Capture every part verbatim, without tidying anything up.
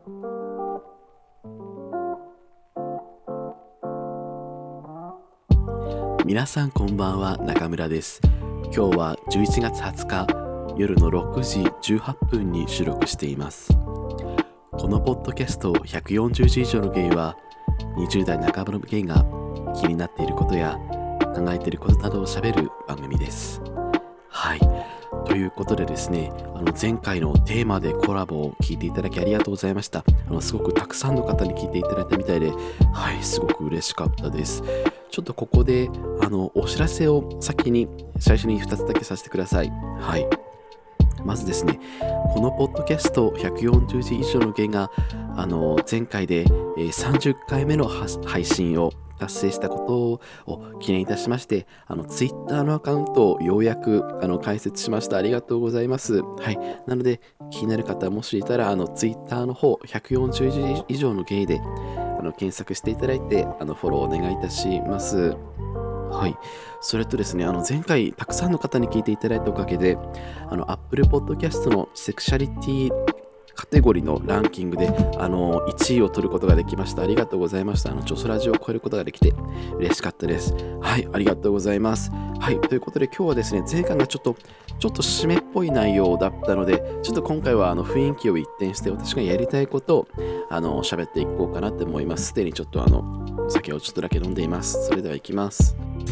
皆さんこんばんは、中村です。今日はじゅういちがつはつか夜のろくじじゅうはっぷんに収録しています。このポッドキャストひゃくよんじゅうじ以上のゲイはにじゅう代半ばのゲイが気になっていることや考えていることなどを喋る番組です。はい。ということでですね、あの前回のテーマでコラボを聞いていただきありがとうございました。あのすごくたくさんの方に聞いていただいたみたいで、はい、すごく嬉しかったです。ちょっとここであのお知らせを先に最初にふたつだけさせてください。はい。まずですね、このポッドキャストひゃくよんじゅうじ以上のゲイがあの前回で、えー、さんじゅっかいめの配信を達成したことを記念いたしまして、あのツイッターのアカウントをようやくあの開設しました。ありがとうございます。はい。なので気になる方もしいたらあのツイッターの方ひゃくよんじゅうじ以上のゲイであの検索していただいてあのフォローお願いいたします。はい。それとですね、あの前回たくさんの方に聞いていただいたおかげで、あの Apple Podcast のセクシャリティカテゴリーのランキングであのいちいを取ることができました。ありがとうございました。あのジョソラジオを超えることができて嬉しかったです。はい、ありがとうございます。はい、ということで今日はですね、前回がちょっとちょっと締めっぽい内容だったので、ちょっと今回はあの雰囲気を一転して私がやりたいことをあの喋っていこうかなって思います。すでにちょっとあのお酒をちょっとだけ飲んでいます。それでは行きます。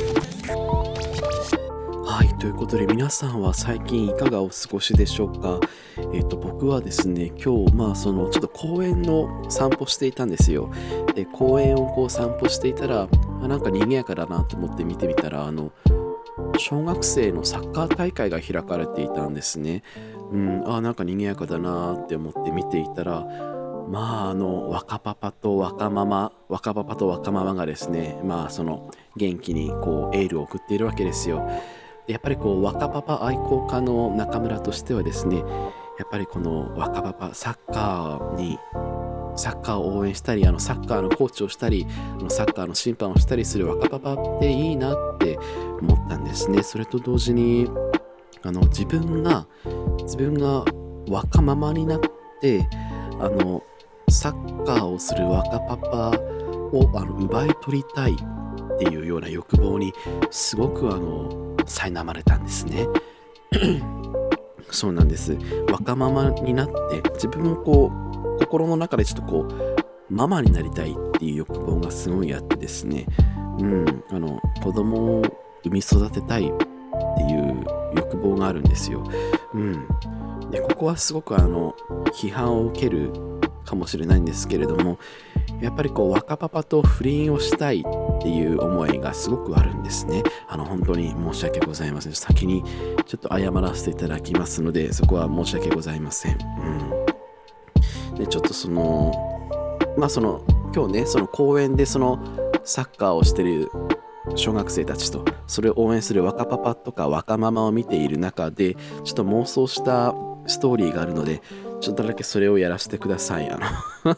はい、ということで皆さんは最近いかがお過ごしでしょうか。えっと僕はですね、今日まあそのちょっと公園の散歩していたんですよ。で、公園をこう散歩していたら、あなんか賑やかだなと思って見てみたら、あの小学生のサッカー大会が開かれていたんですね。うん、あなんか賑やかだなって思って見ていたら、まああの若パパと若ママ若パパと若ママがですね、まあその元気にこうエールを送っているわけですよ。やっぱりこう若パパ愛好家の中村としてはですね、やっぱりこの若パパサッカーにサッカーを応援したり、あのサッカーのコーチをしたり、あのサッカーの審判をしたりする若パパっていいなって思ったんですね。それと同時にあの自分が自分が若ママになってあのサッカーをする若パパをあの奪い取りたいっていうような欲望にすごくあの苛まれたんですね。そうなんです。若ママになって自分もこう心の中でちょっとこうママになりたいっていう欲望がすごいあってですね、うん、あの子供を産み育てたいっていう欲望があるんですよ。うん、でここはすごくあの批判を受けるかもしれないんですけれども、やっぱりこう若パパと不倫をしたいっていう思いがすごくあるんですね。あの本当に申し訳ございません。先にちょっと謝らせていただきますので、そこは申し訳ございません。うん、でちょっとそのまあその今日ね、その公園でそのサッカーをしてる小学生たちとそれを応援する若パパとか若ママを見ている中で、ちょっと妄想したストーリーがあるので、ちょっとだけそれをやらせてください。あの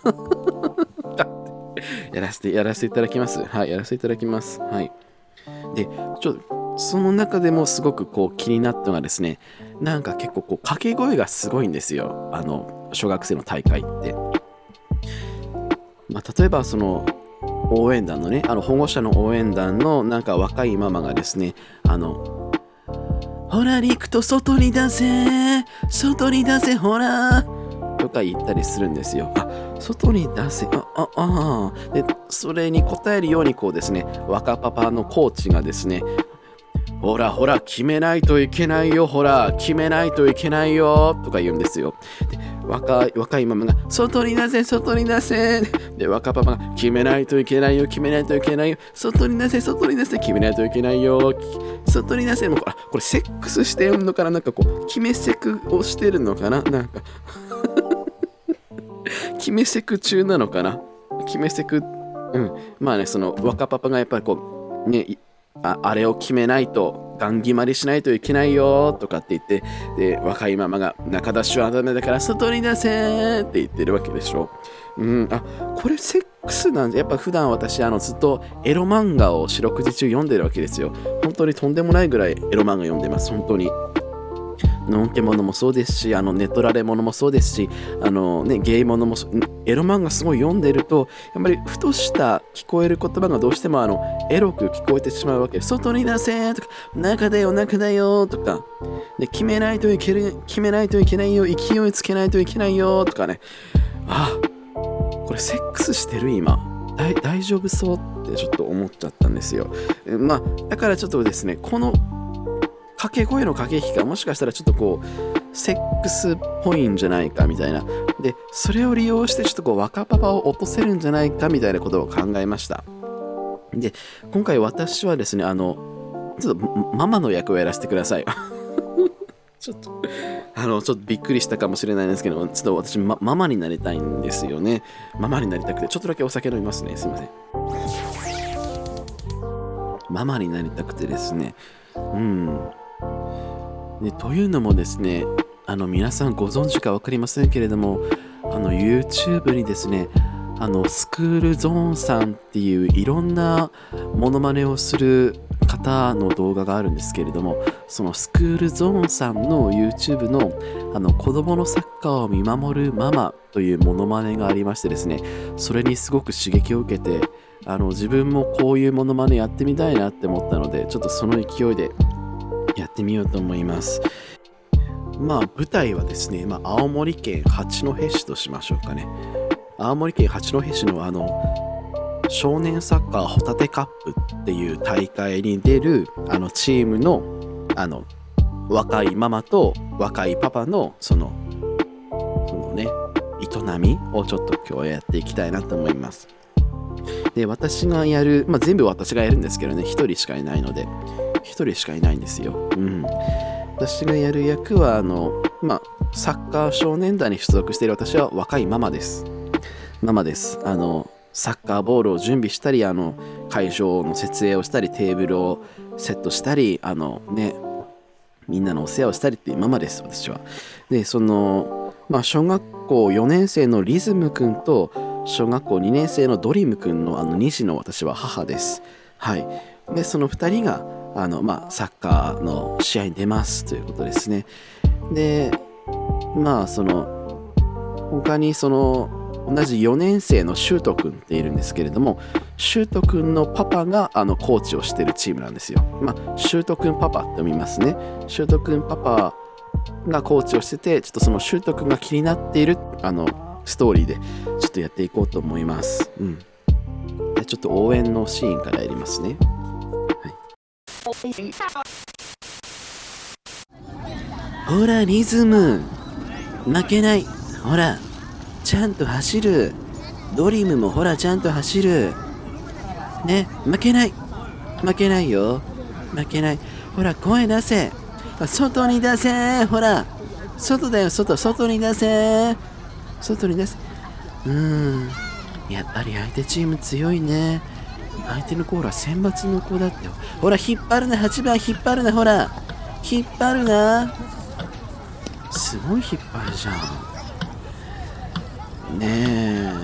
やらせてやらせていただきます。はい、やらせていただきます。はい。で、ちょその中でもすごくこう気になったのがですね、なんか結構こう掛け声がすごいんですよ。あの小学生の大会って。まあ、例えばその応援団のね、あの保護者の応援団のなんか若いママがですね、あのほらリクと外に出せ外に出せほらとか言ったりするんですよ。あ、外に出せあああでそれに応えるようにこうですね、若パパのコーチがですね、ほらほら決めないといけないよ、ほら決めないといけないよとか言うんですよ。で若い若いママが外に出せ外に出せで若パパが決めないといけないよ決めないといけないよ外に出せ外に出せ決めないといけないよ外に出せ。もうあこれセックスしてるのかな、なんかこう決めセクをしてるのかな、なんか決めセク中なのかな、決めセク、うんまあね、その若パパがやっぱりこうね、あ, あれを決めないとガン決まりしないといけないよとかって言って、で若いママが中出しはダメだから外に出せって言ってるわけでしょ。うん、あこれセックスなんで、やっぱ普段私あのずっとエロ漫画を四六時中読んでるわけですよ。本当にとんでもないぐらいエロ漫画読んでます。本当にのんけものもそうですし、あのネトラレものもそうですし、あの、ね、ゲイものもそエロ漫画すごい読んでると、やっぱりふとした聞こえる言葉がどうしてもあのエロく聞こえてしまうわけです。外に出せとか、中だよ中だよとか、で決めないといける決めないといけないよ、勢いつけないといけないよとかね。あ、これセックスしてる今。大大丈夫そうってちょっと思っちゃったんですよ。まあだからちょっとですね、この掛け声の駆け引きがもしかしたらちょっとこうセックスっぽいんじゃないかみたいな。でそれを利用してちょっとこう若パパを落とせるんじゃないかみたいなことを考えました。で今回私はですね、あのちょっとママの役をやらせてください。ちょっとあのちょっとびっくりしたかもしれないんですけど、ちょっと私、ま、ママになりたいんですよね。ママになりたくてちょっとだけお酒飲みますね。すいません。ママになりたくてですね、うんでというのもですね、あの皆さんご存知か分かりませんけれども、あの YouTube にですね、あのスクールゾーンさんっていういろんなモノマネをする方の動画があるんですけれども、そのスクールゾーンさんの YouTube のあの子供のサッカーを見守るママというモノマネがありましてですね、それにすごく刺激を受けて、あの自分もこういうモノマネやってみたいなって思ったので、ちょっとその勢いでやってみようと思います。まあ舞台はですね、まあ、青森県八戸市としましょうかね。青森県八戸市のあの少年サッカーホタテカップっていう大会に出るあのチームのあの若いママと若いパパのそのそのね営みをちょっと今日はやっていきたいなと思います。で私がやる、まあ、全部私がやるんですけどね、一人しかいないので一人しかいないんですよ。うん。私がやる役はあのまあサッカー少年団に所属している私は若いママです。ママです。あのサッカーボールを準備したり、あの会場の設営をしたり、テーブルをセットしたり、あのねみんなのお世話をしたりっていうママです、私は。でそのまあ小学校よねん生のリズムくんと小学校にねん生のドリムくんのあのに児の私は母です。はい。でそのふたりがあの、まあ、サッカーの試合に出ますということですね。でまあその他にその同じよねん生のシュートくんっているんですけれども、シュートくんのパパがあのコーチをしているチームなんですよ。まあシュートくんパパって読みますね。シュートくんパパがコーチをしてて、ちょっとそのシュートくんが気になっているあのストーリーでちょっとやっていこうと思います。うん。でちょっと応援のシーンからやりますね。ほらリズム負けない、ほらちゃんと走る、ドリムもほらちゃんと走るね、負けない負けないよ、負けない、ほら声出せ、外に出せ、ほら外だよ、外外に出せ、外に出せ。うーん、やっぱり相手チーム強いね。相手の子ほら選抜の子だってよ、ほら引っ張るな、はちばん引っ張るな、ほら引っ張るな、すごい引っ張るじゃんねえね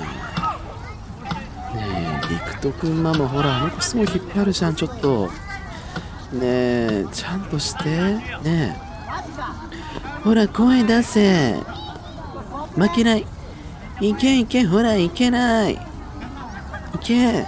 え、りくとくんママほらあの子すごい引っ張るじゃん、ちょっとねえちゃんとしてねえ、ほら声出せ、負けない、いけいけ、ほらいけない、いけ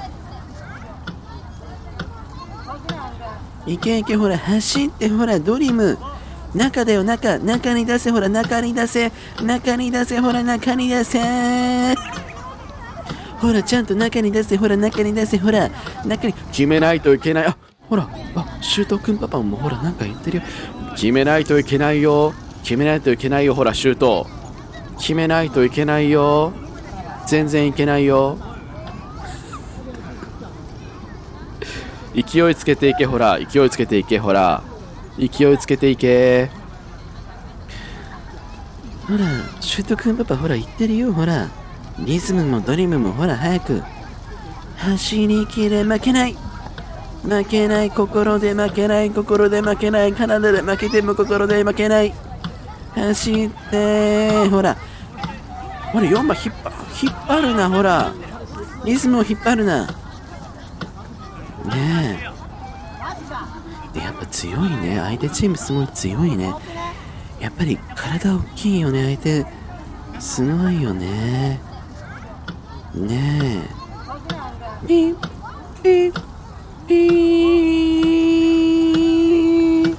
いけいけ、ほら走って、ほらドリム中だよ、中中に出せ、ほら中に出せ、中に出せ、ほら中に出せ、ほらちゃんと中に出せ、ほら中に出せ、ほら中に決めないといけない。あ、ほらあシュートくんパパもほらなんか言ってるよ、決めないといけないよ、決めないといけないよ、ほらシュート決めないといけないよ、全然いけないよ、勢いつけていけ、ほら勢いつけていけ、ほら勢いつけていけ、ほらシュートくんパパほら言ってるよ、ほらリズムもドリムもほら早く走りきれ、負けない負けない、心で負けない、心で負けない、体で負けても心で負けない、走ってほらほらよんばん引っ張引っ張るな、ほらリズムを引っ張るなねえ、やっぱ強いね、相手チームすごい強いね。 やっぱり体大きいよね、相手。すごいよね。ねえ。ピー、ピー、ピー。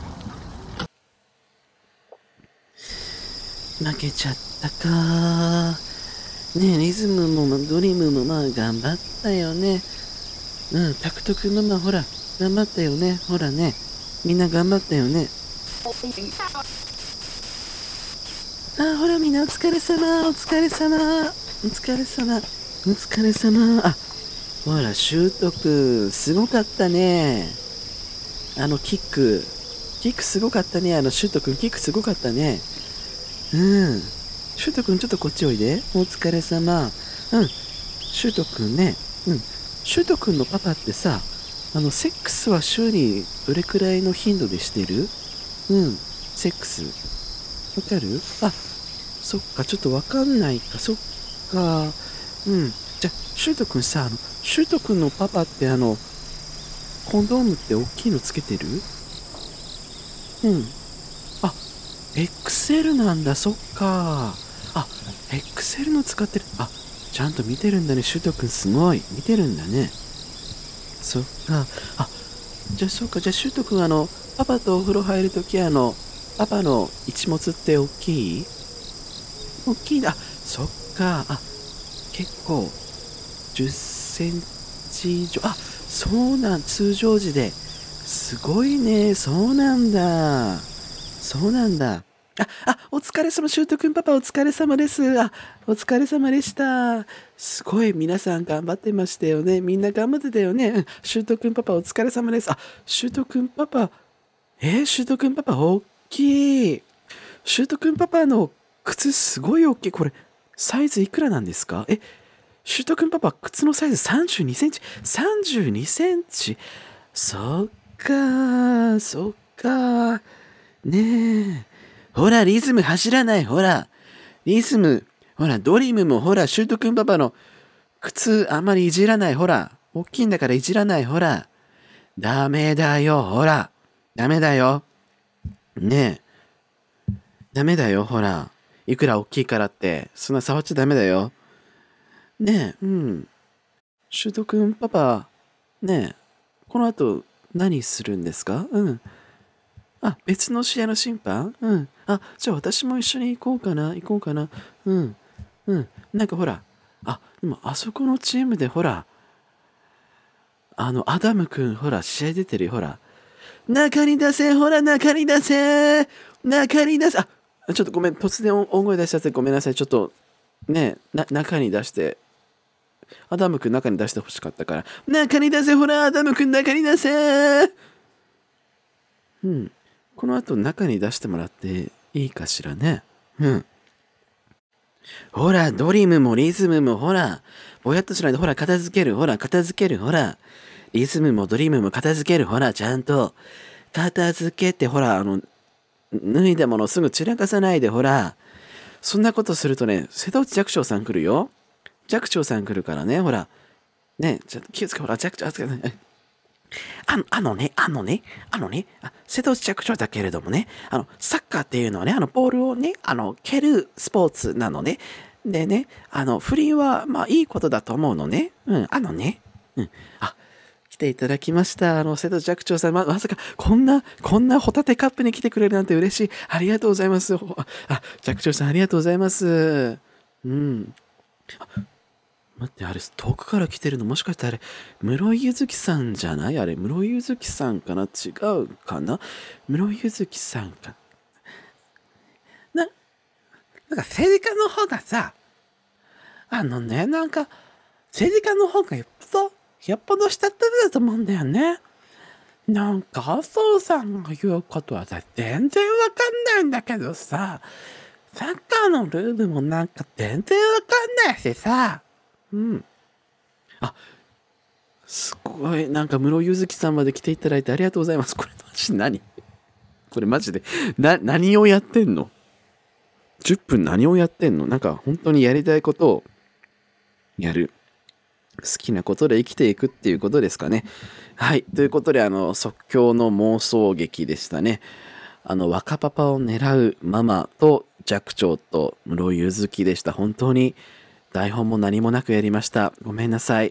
負けちゃったか。ねえ、リズムもドリムもまあ頑張ったよね。うん、タクト君ママほら、頑張ったよね。ほらね。みんな頑張ったよね。あ、ほらみんなお疲れ様、お疲れ様、お疲れ様、お疲れ様。あ、ほら、シュート君、すごかったね。あの、キック。キックすごかったね。あの、シュート君、キックすごかったね。うん。シュート君、ちょっとこっちおいで。お疲れ様。うん。シュート君ね。うん。シュート君のパパってさ、あの、セックスは週にどれくらいの頻度でしてる？うん。セックス。わかる？あ、そっか、ちょっとわかんないか。そっか。うん。じゃ、シュート君さ、あの、シュート君のパパってあの、コンドームって大きいのつけてる？うん。あ、エックスエル なんだ、そっか。あ、エックスエル の使ってる。あ、ちゃんと見てるんだね、シュート君すごい。見てるんだね。そっか。あ、じゃあそっか、じゃあシュート君あの、パパとお風呂入るときあの、パパの一物って大きい？大きいんだ。あ、そっか。あ、結構、じゅっセンチ以上。あ、そうなん、通常時で。すごいね。そうなんだ。そうなんだ。あ、あ、お疲れ様、シュートくんパパお疲れ様です。あ、お疲れ様でした。すごい皆さん頑張ってましたよね。みんな頑張ってたよね。うん、シュートくんパパお疲れ様です。あ、シュートくんパパ、えー、シュートくんパパ大きい。シュートくんパパの靴すごい大きい。これ、サイズいくらなんですか？え、シュートくんパパ、靴のサイズさんじゅうにセンチ。さんじゅうにセンチ。そっかー、そっかー。ねえ。ほら、リズム走らない。ほら。リズム。ほら、ドリムもほら、シュートくんパパの靴あんまりいじらない。ほら。大きいんだからいじらない。ほら。ダメだよ。ほら。ダメだよ。ねえ。ダメだよ。ほら。いくら大きいからって。そんな触っちゃダメだよ。ねえ。うん。シュートくんパパ。ねえ。この後何するんですか？うん。あ、別の試合の審判？うん。あ、じゃあ私も一緒に行こうかな。行こうかな。うん。うん。なんかほら。あ、でもあそこのチームでほら。あの、アダムくん、ほら、試合出てるよ。ほら。中に出せ。ほら、中に出せ。中に出せ。あ、ちょっとごめん。突然大声出しちゃってごめんなさい。ちょっと、ねな、中に出して。アダムくん中に出してほしかったから。中に出せ。ほら、アダムくん中に出せ。うん。この後中に出してもらっていいかしらね。うん。ほら、ドリムもリズムもほら、ぼやっとしないでほら、片付ける。ほら、片付ける。ほら、リズムもドリムも片付ける。ほら、ちゃんと。片付けて、ほら、あの、脱いだものすぐ散らかさないで、ほら。そんなことするとね、瀬戸内寂聴さん来るよ。寂聴さん来るからね、ほら。ね、ちょっと気をつけ、ほら、寂聴、あつけ、あの、あのね、あのね、あのね、あ瀬戸内寂聴だけれどもね、あの、サッカーっていうのはね、あの、ボールをね、あの、蹴るスポーツなのね。でね、あの、不倫は、まあ、いいことだと思うのね。うん、あのね。うん。あ、来ていただきました。あの、瀬戸内寂聴さん、ま、まさか、こんな、こんなホタテカップに来てくれるなんて嬉しい。ありがとうございます。ほあ、寂聴さん、ありがとうございます。うん。待って、あれ、遠くから来てるのもしかしてあれ、室井ゆずきさんじゃないあれ、室井ゆずきさんかな違うかな室井ゆずきさんか。な、なんか政治家の方がさ、あのね、なんか、政治家の方がよっぽど、よっぽど慕ってると思うんだよね。なんか、麻生さんが言うことはさ、全然わかんないんだけどさ、サッカーのルールもなんか全然わかんないしさ、うん。あ、すごい、なんか室井ゆずきさんまで来ていただいてありがとうございます。これマジ何これマジで、な、何をやってんの？ じゅっ 分何をやってんの？なんか本当にやりたいことをやる。好きなことで生きていくっていうことですかね。はい。ということで、あの、即興の妄想劇でしたね。 あの若パパを狙うママと寂聴と室井佑月でした。本当に台本も何もなくやりました。ごめんなさい。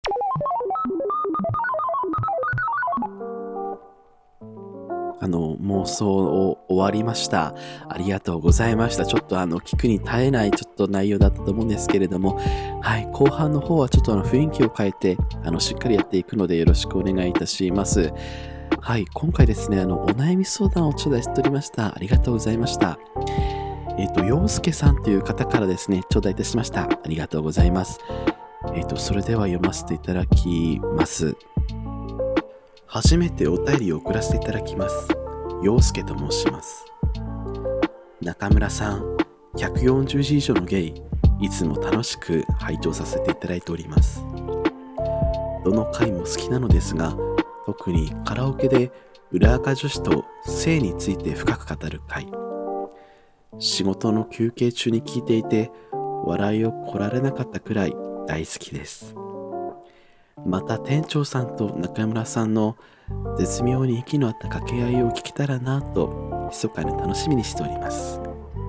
あの妄想を終わりました。ありがとうございました。ちょっとあの聞くに耐えないちょっと内容だったと思うんですけれども、はい、後半の方はちょっとあの雰囲気を変えてあのしっかりやっていくのでよろしくお願いいたします。はい、今回ですね、あのお悩み相談を頂戴しておりました。ありがとうございました。えっと陽介さんという方からですね頂戴いたしました。ありがとうございます。えっとそれでは読ませていただきます。初めてお便りを送らせていただきます。陽介と申します。中村さん、ひゃくよんじゅうじ以上のゲイ、いつも楽しく拝聴させていただいております。どの回も好きなのですが、特にカラオケで裏垢女子と性について深く語る回。仕事の休憩中に聞いていて、笑いをこられなかったくらい大好きです。また店長さんと中村さんの絶妙に息の合った掛け合いを聞けたらなと密かに楽しみにしております。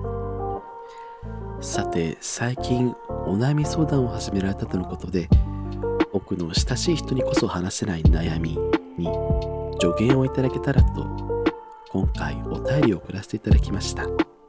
さて最近お悩み相談を始められたとのことで、僕の親しい人にこそ話せない悩みに助言をいただけたらと今回お便りを送らせていただきました。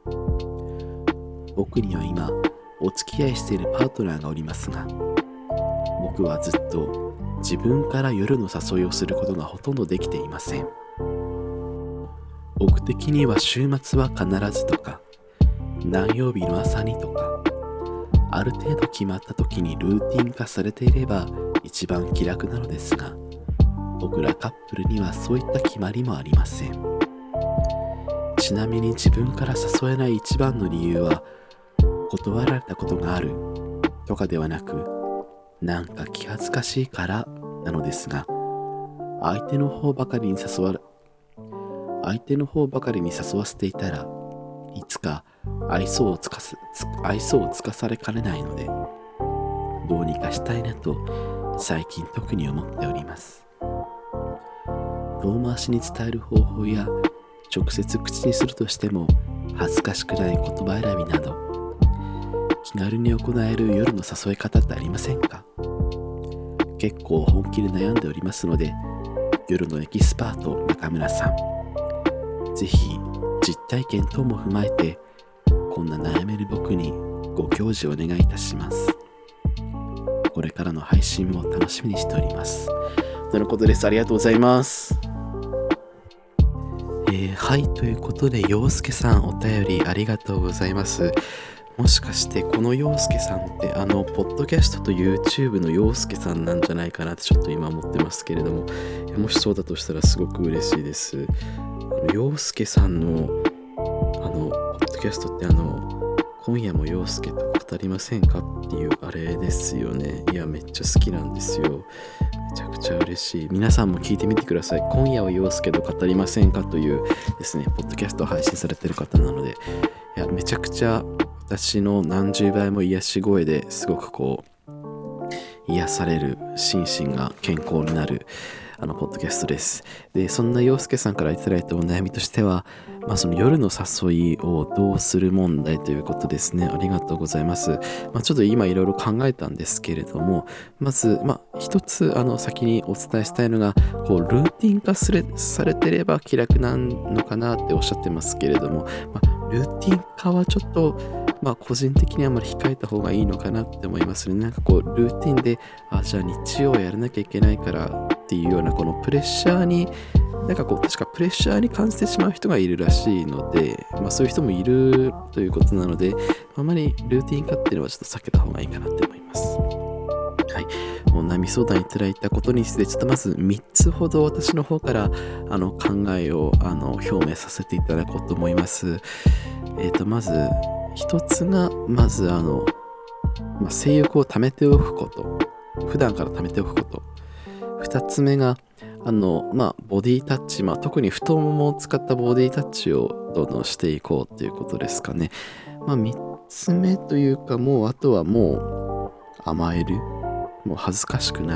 僕には今お付き合いしているパートナーがおりますが、僕はずっと自分から夜の誘いをすることがほとんどできていません。僕的には週末は必ずとか、何曜日の朝にとか、ある程度決まった時にルーティン化されていれば一番気楽なのですが、僕らカップルにはそういった決まりもありません。ちなみに自分から誘えない一番の理由は、断られたことがあるとかではなく、なんか気恥ずかしいからなのですが、相手の方ばかりに誘われ相手の方ばかりに誘わせていたらいつか愛想をつかす愛想をつかされかねないので、どうにかしたいなと最近特に思っております。遠回しに伝える方法や直接口にするとしても恥ずかしくない言葉選びなど、気軽に行える夜の誘い方ってありませんか？結構本気で悩んでおりますので、夜のエキスパート中村さん、ぜひ実体験等も踏まえてこんな悩める僕にご教示お願いいたします。これからの配信も楽しみにしております。とのことです。ありがとうございます。えー、はいということで陽介さんお便りありがとうございます。もしかしてこの陽介さんってあのポッドキャストと YouTube の陽介さんなんじゃないかなってちょっと今思ってますけれども、もしそうだとしたらすごく嬉しいです。陽介さんのあのポッドキャストってあの今夜も陽介と語りませんかっていうあれですよね。いやめっちゃ好きなんですよ。めちゃくちゃ嬉しい。皆さんも聞いてみてください。今夜は陽介と語りませんかというですねポッドキャストを配信されてる方なので、いやめちゃくちゃ私の何十倍も癒し声ですごくこう癒される、心身が健康になるあのポッドキャストです。でそんな陽介さんからいただいたお悩みとしては、まあ、その夜の誘いをどうする問題ということですね。ありがとうございます。まあ、ちょっと今いろいろ考えたんですけれども、まず、まあ、一つあの先にお伝えしたいのが、こうルーティン化され、されてれば気楽なのかなっておっしゃってますけれども、まあ、ルーティン化はちょっとまあ個人的にはあまり控えた方がいいのかなって思いますね。なんかこうルーティンで、あ、じゃあ日曜やらなきゃいけないからっていうようなこのプレッシャーに、なんかこう確かプレッシャーに感じてしまう人がいるらしいので、まあそういう人もいるということなので、あまりルーティン化っていうのはちょっと避けた方がいいかなって思います。はい。お悩み相談いただいたことについて、ちょっとまずみっつほど私の方からあの考えをあの表明させていただこうと思います。えっと、まず一つが、まずあの、まあ、性欲を溜めておくこと。普段から溜めておくこと。二つ目が、あの、まあ、ボディタッチ、まあ、特に太ももを使ったボディタッチをどんどんしていこうということですかね。まあ、三つ目というか、もう、あとはもう、甘える。もう恥ずかしくない。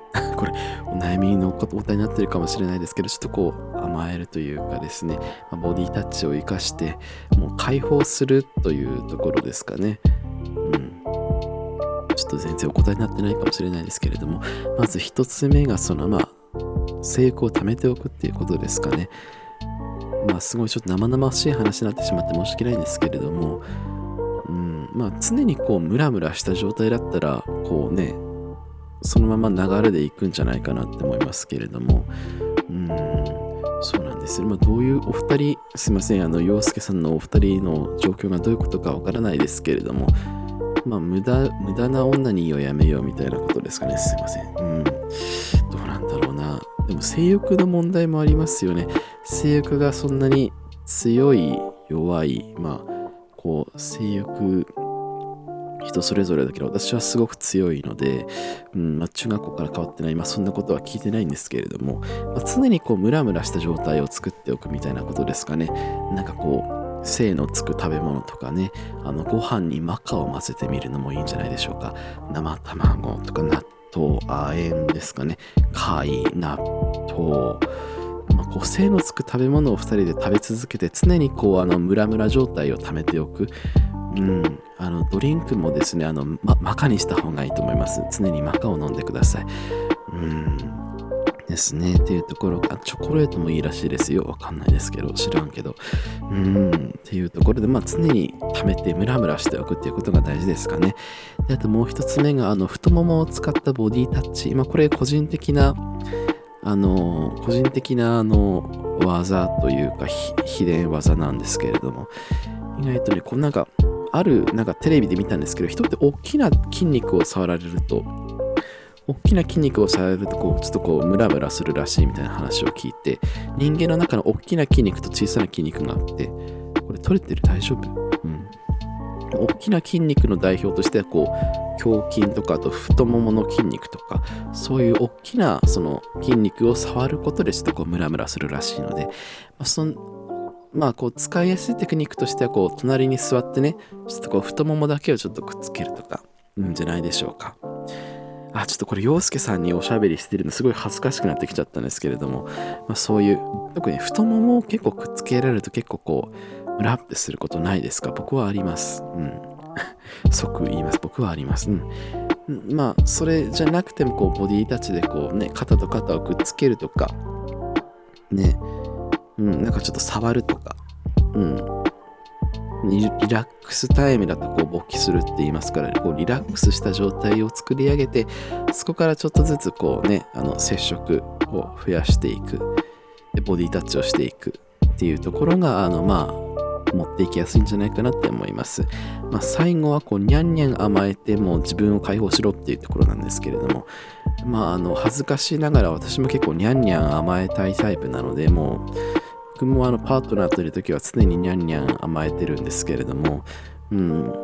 これお悩みの答えになってるかもしれないですけど、ちょっとこう甘えるというかですね、まあボディタッチを生かしてもう解放するというところですかね。うん、ちょっと全然お答えになってないかもしれないですけれども、まず一つ目がそのまあ性欲を貯めておくっていうことですかね。まあすごいちょっと生々しい話になってしまって申し訳ないんですけれども、うん、まあ常にこうムラムラした状態だったらこうね、そのまま流れでいくんじゃないかなって思いますけれども、うん、そうなんですよ。まあどういうお二人、すいません、あの陽介さんのお二人の状況がどういうことかわからないですけれども、まあ無駄無駄な女にをやめようみたいなことですかね。すいません。うん、どうなんだろうな。でも性欲の問題もありますよね。性欲がそんなに強い弱い、まあこう性欲人それぞれだけど、私はすごく強いので、うんまあ、中学校から変わってない、まあ、そんなことは聞いてないんですけれども、まあ、常にこうムラムラした状態を作っておくみたいなことですかね。なんかこう精のつく食べ物とかね、あのご飯にマカを混ぜてみるのもいいんじゃないでしょうか。生卵とか納豆、亜鉛ですかね、貝、納豆、まあ、こう精のつく食べ物をふたりで食べ続けて、常にこうあのムラムラ状態を溜めておく。うん、あのドリンクもですね、あの、ま、マカにした方がいいと思います。常にマカを飲んでください。うんですね。っていうところか、チョコレートもいいらしいですよ。わかんないですけど、知らんけど。うんっていうところで、まあ常に溜めてムラムラしておくっていうことが大事ですかね。であともう一つ目が、あの太ももを使ったボディタッチ。まあこれ個人的なあの個人的なあの技というか秘伝技なんですけれども、意外とね、こうなんかあるなんかテレビで見たんですけど、人って大きな筋肉を触られると大きな筋肉を触られるとこうちょっとこうムラムラするらしいみたいな話を聞いて、人間の中の大きな筋肉と小さな筋肉があって、これ取れてる？大丈夫？うん。大きな筋肉の代表としてはこう胸筋とか、あと太ももの筋肉とか、そういう大きなその筋肉を触ることでちょっとこうムラムラするらしいので、まあ、そのまあこう使いやすいテクニックとしては、こう隣に座ってね、ちょっとこう太ももだけをちょっとくっつけるとかいいんじゃないでしょうか。あ、ちょっとこれ陽介さんにおしゃべりしてるのすごい恥ずかしくなってきちゃったんですけれども、まあ、そういう特に太ももを結構くっつけられると結構こうムラってすることないですか？僕はあります。うん。即言います。僕はあります。うん。まあそれじゃなくてもこうボディタッチでこうね、肩と肩をくっつけるとかね。うん、なんかちょっと触るとか、うん、リ, リラックスタイムだとこう勃起するって言いますから、こうリラックスした状態を作り上げて、そこからちょっとずつこうね、あの接触を増やしていく、でボディタッチをしていくっていうところが、あのまあ持っていきやすいんじゃないかなって思います。まあ、最後はこうニャンニャン甘えてもう自分を解放しろっていうところなんですけれども、まああの恥ずかしながら私も結構ニャンニャン甘えたいタイプなので、もう僕もあのパートナーといるときは常にニャンニャン甘えてるんですけれども、うん、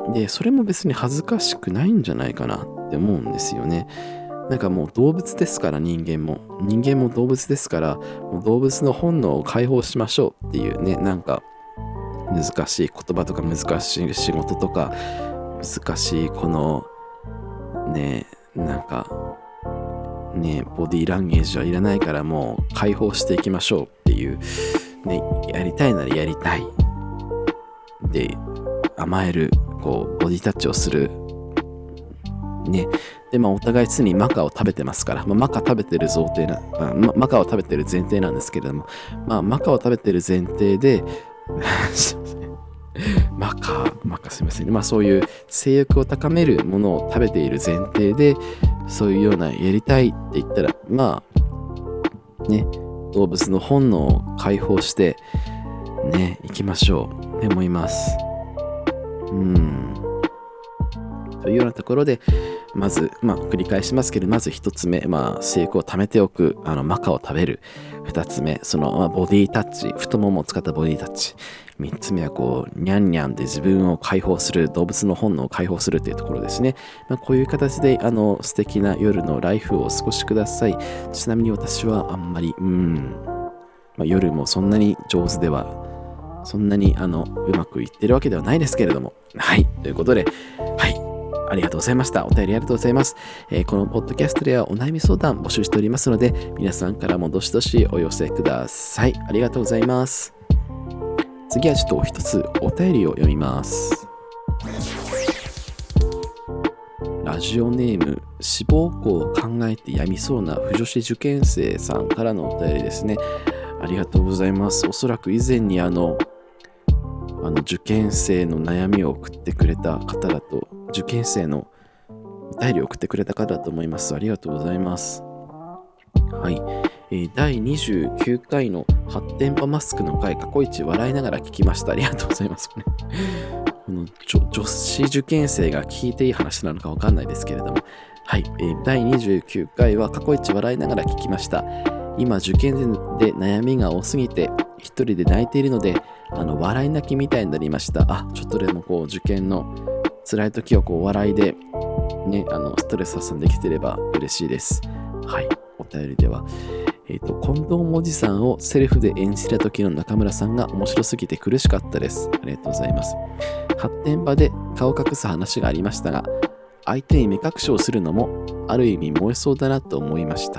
でそれも別に恥ずかしくないんじゃないかなって思うんですよね。なんかもう動物ですから、人間も人間も動物ですから、もう動物の本能を解放しましょうっていうね、なんか難しい言葉とか難しい仕事とか難しいこのね、なんかねボディーランゲージはいらないから、もう解放していきましょうっていうね、やりたいならやりたいで甘える、こうボディタッチをするね。でまあお互い常にマカを食べてますから、まあ、マカ食べてる前提な、まあ、マカを食べてる前提なんですけれども、まあマカを食べてる前提ですいませんマカマカすいません、まあそういう性欲を高めるものを食べている前提で、そういうようなやりたいって言ったら、まあね、動物の本能を解放してね、行きましょうって思います。うんというようなところで、まずまあ繰り返しますけど、まず一つ目、まあ性欲を貯めておく、あのマカを食べる。二つ目、その、まあ、ボディタッチ、太ももを使ったボディタッチ。三つ目はこうニャンニャンで自分を解放する、動物の本能を解放するというところですね。まあ、こういう形であの素敵な夜のライフをお過ごしください。ちなみに私はあんまり、うん、まあ、夜もそんなに上手では、そんなにあのうまくいってるわけではないですけれども、はい、ということで、はい、 ありがとうございました。お便りありがとうございます。えーこのポッドキャストではお悩み相談募集しておりますので、皆さんからもどしどしお寄せください。ありがとうございます。次はちょっと一つお便りを読みます。ラジオネーム、志望校を考えてやみそうな不女子受験生さんからのお便りですね。ありがとうございます。おそらく以前にあの、あの受験生の悩みを送ってくれた方だと、受験生のお便りを送ってくれた方だと思います。ありがとうございます。はい。えーだいにじゅうきゅうかいの発展場マスクの回、過去一笑いながら聞きました。ありがとうございます。この女女子受験生が聞いていい話なのかわかんないですけれども、はい、えーだいにじゅうきゅうかいは過去一笑いながら聞きました。今、受験で悩みが多すぎて、一人で泣いているので、あの笑い泣きみたいになりました。あ、ちょっとでもこう受験の辛い時をこう笑いで、ね、あのストレス発散できていれば嬉しいです。はい、お便りでは。えっと、近藤おじさんをセルフで演じた時の中村さんが面白すぎて苦しかったです。ありがとうございます。発展場で顔を隠す話がありましたが、相手に目隠しをするのもある意味燃えそうだなと思いました。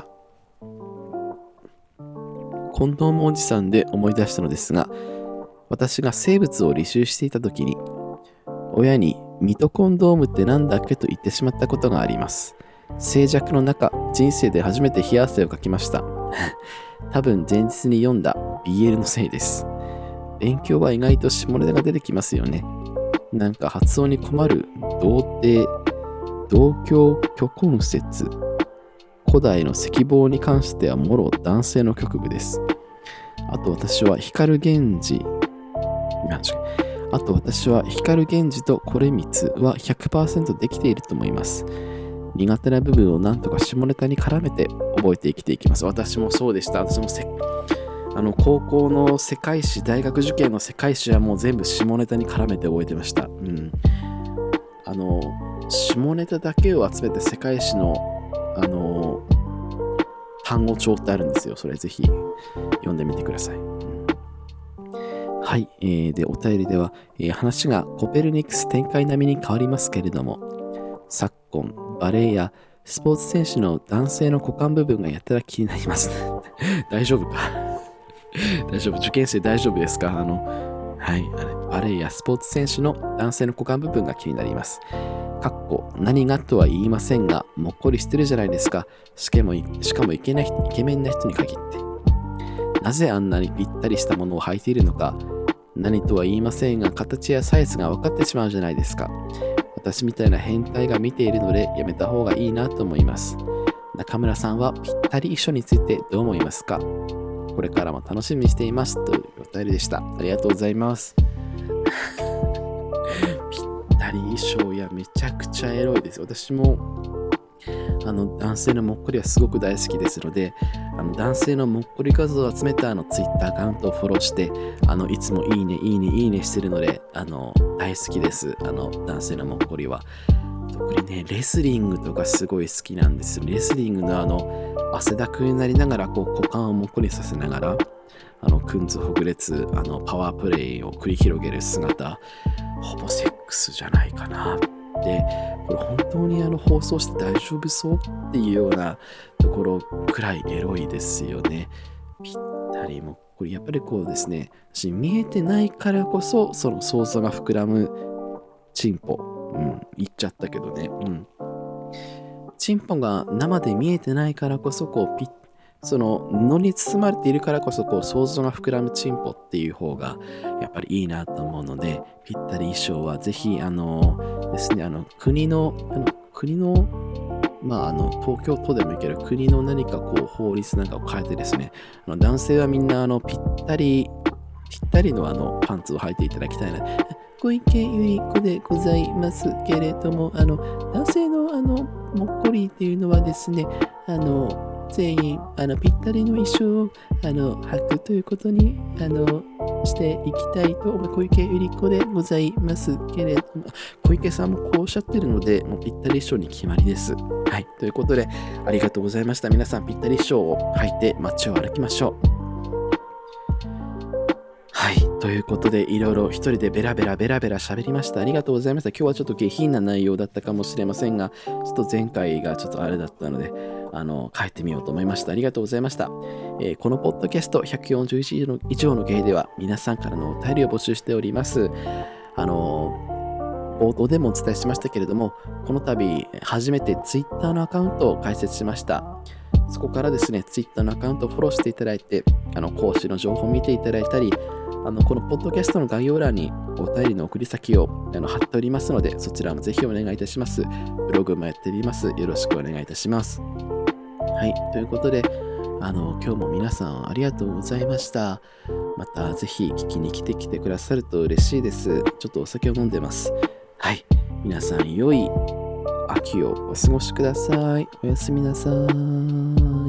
近藤おじさんで思い出したのですが、私が生物を履修していた時に、親にミトコンドームってなんだっけと言ってしまったことがあります。静寂の中、人生で初めて冷や汗をかきました。多分前日に読んだ ビーエル のせいです。勉強は意外と下ネタが出てきますよね。なんか発音に困る童貞、同居虚根説、古代の石棒に関してはもろ男性の局部です。あと私は光源氏、なんでしょうあと私は光源氏とこれみつは ひゃくパーセント できていると思います。苦手な部分をなんとか下ネタに絡めて覚えて生きていきます。私もそうでした。私もせあの高校の世界史、大学受験の世界史はもう全部下ネタに絡めて覚えてました。うん。あの、下ネタだけを集めて世界史の、あの、単語帳ってあるんですよ。それぜひ読んでみてください。うん、はい、えー。で、お便りでは、えー、話がコペルニクス展開並みに変わりますけれども、昨今、バレエやスポーツ選手の男性の股間部分がやたら気になります。大丈夫か大丈夫受験生大丈夫ですかあの、はい、あれバレエやスポーツ選手の男性の股間部分が気になります。かっこ何がとは言いませんが、もっこりしてるじゃないですか。しかも、しかもイケないイケメンな人に限って。なぜあんなにぴったりしたものを履いているのか、何とは言いませんが、形やサイズが分かってしまうじゃないですか。私みたいな変態が見ているのでやめた方がいいなと思います。中村さんはぴったり衣装についてどう思いますか？これからも楽しみにしていますというお便りでした。ありがとうございます。ぴったり衣装やめちゃくちゃエロいです。私もあの男性のもっこりはすごく大好きですので、あの男性のもっこり画像を集めたあのツイッターアカウントをフォローして、あのいつもいいねいいねいいねしてるので、あの大好きです。あの男性のもっこりは。特にね、レスリングとかすごい好きなんです。レスリングのあの汗だくになりながらこう股間をもっこりさせながら、あのくんずほぐれつ、あのパワープレイを繰り広げる姿、ほぼセックスじゃないかな。で、これ本当にあの放送して大丈夫そうっていうようなところくらいエロいですよね。ぴったりもこれやっぱりこうですね、見えてないからこそその想像が膨らむチンポ、うん、言っちゃったけどね、うん、チンポが生で見えてないからこそこうピッその布に包まれているからこそこう想像が膨らむチンポっていう方がやっぱりいいなと思うので、ぴったり衣装はぜひあのですね、あの国のあの国のまああの東京都でもいける国の何かこう法律なんかを変えてですね、あの男性はみんなあのぴったりぴったりのあのパンツを履いていただきたいな。小池百合子でございますけれども、あの男性のあのもっこりっていうのはですね、あの全員あのぴったりの衣装をあの履くということにあのしていきたいと思い、小池百合子でございますけれども、小池さんもこうおっしゃってるので、もうぴったり衣装に決まりです。はい、ということでありがとうございました。皆さんぴったり衣装を履いて街を歩きましょう。ははい。ということで、いろいろ一人でベラベラベラベラ喋りました。ありがとうございました。今日はちょっと下品な内容だったかもしれませんが、ちょっと前回がちょっとあれだったので、あの、帰ってみようと思いました。ありがとうございました。えーこのポッドキャストひゃくよんじゅういち以上の以上の芸では、皆さんからのお便りを募集しております。あの冒頭でもお伝えしましたけれども、この度初めて Twitter のアカウントを開設しました。そこからですね、Twitter のアカウントをフォローしていただいて、あの講師の情報を見ていただいたり、あのこのポッドキャストの概要欄にお便りの送り先をあの貼っておりますので、そちらもぜひお願いいたします。ブログもやっております。よろしくお願いいたします。はい、ということで、あの今日も皆さんありがとうございました。またぜひ聞きに来てきてくださると嬉しいです。ちょっとお酒を飲んでます。はい、皆さん良い秋をお過ごしください。おやすみなさい。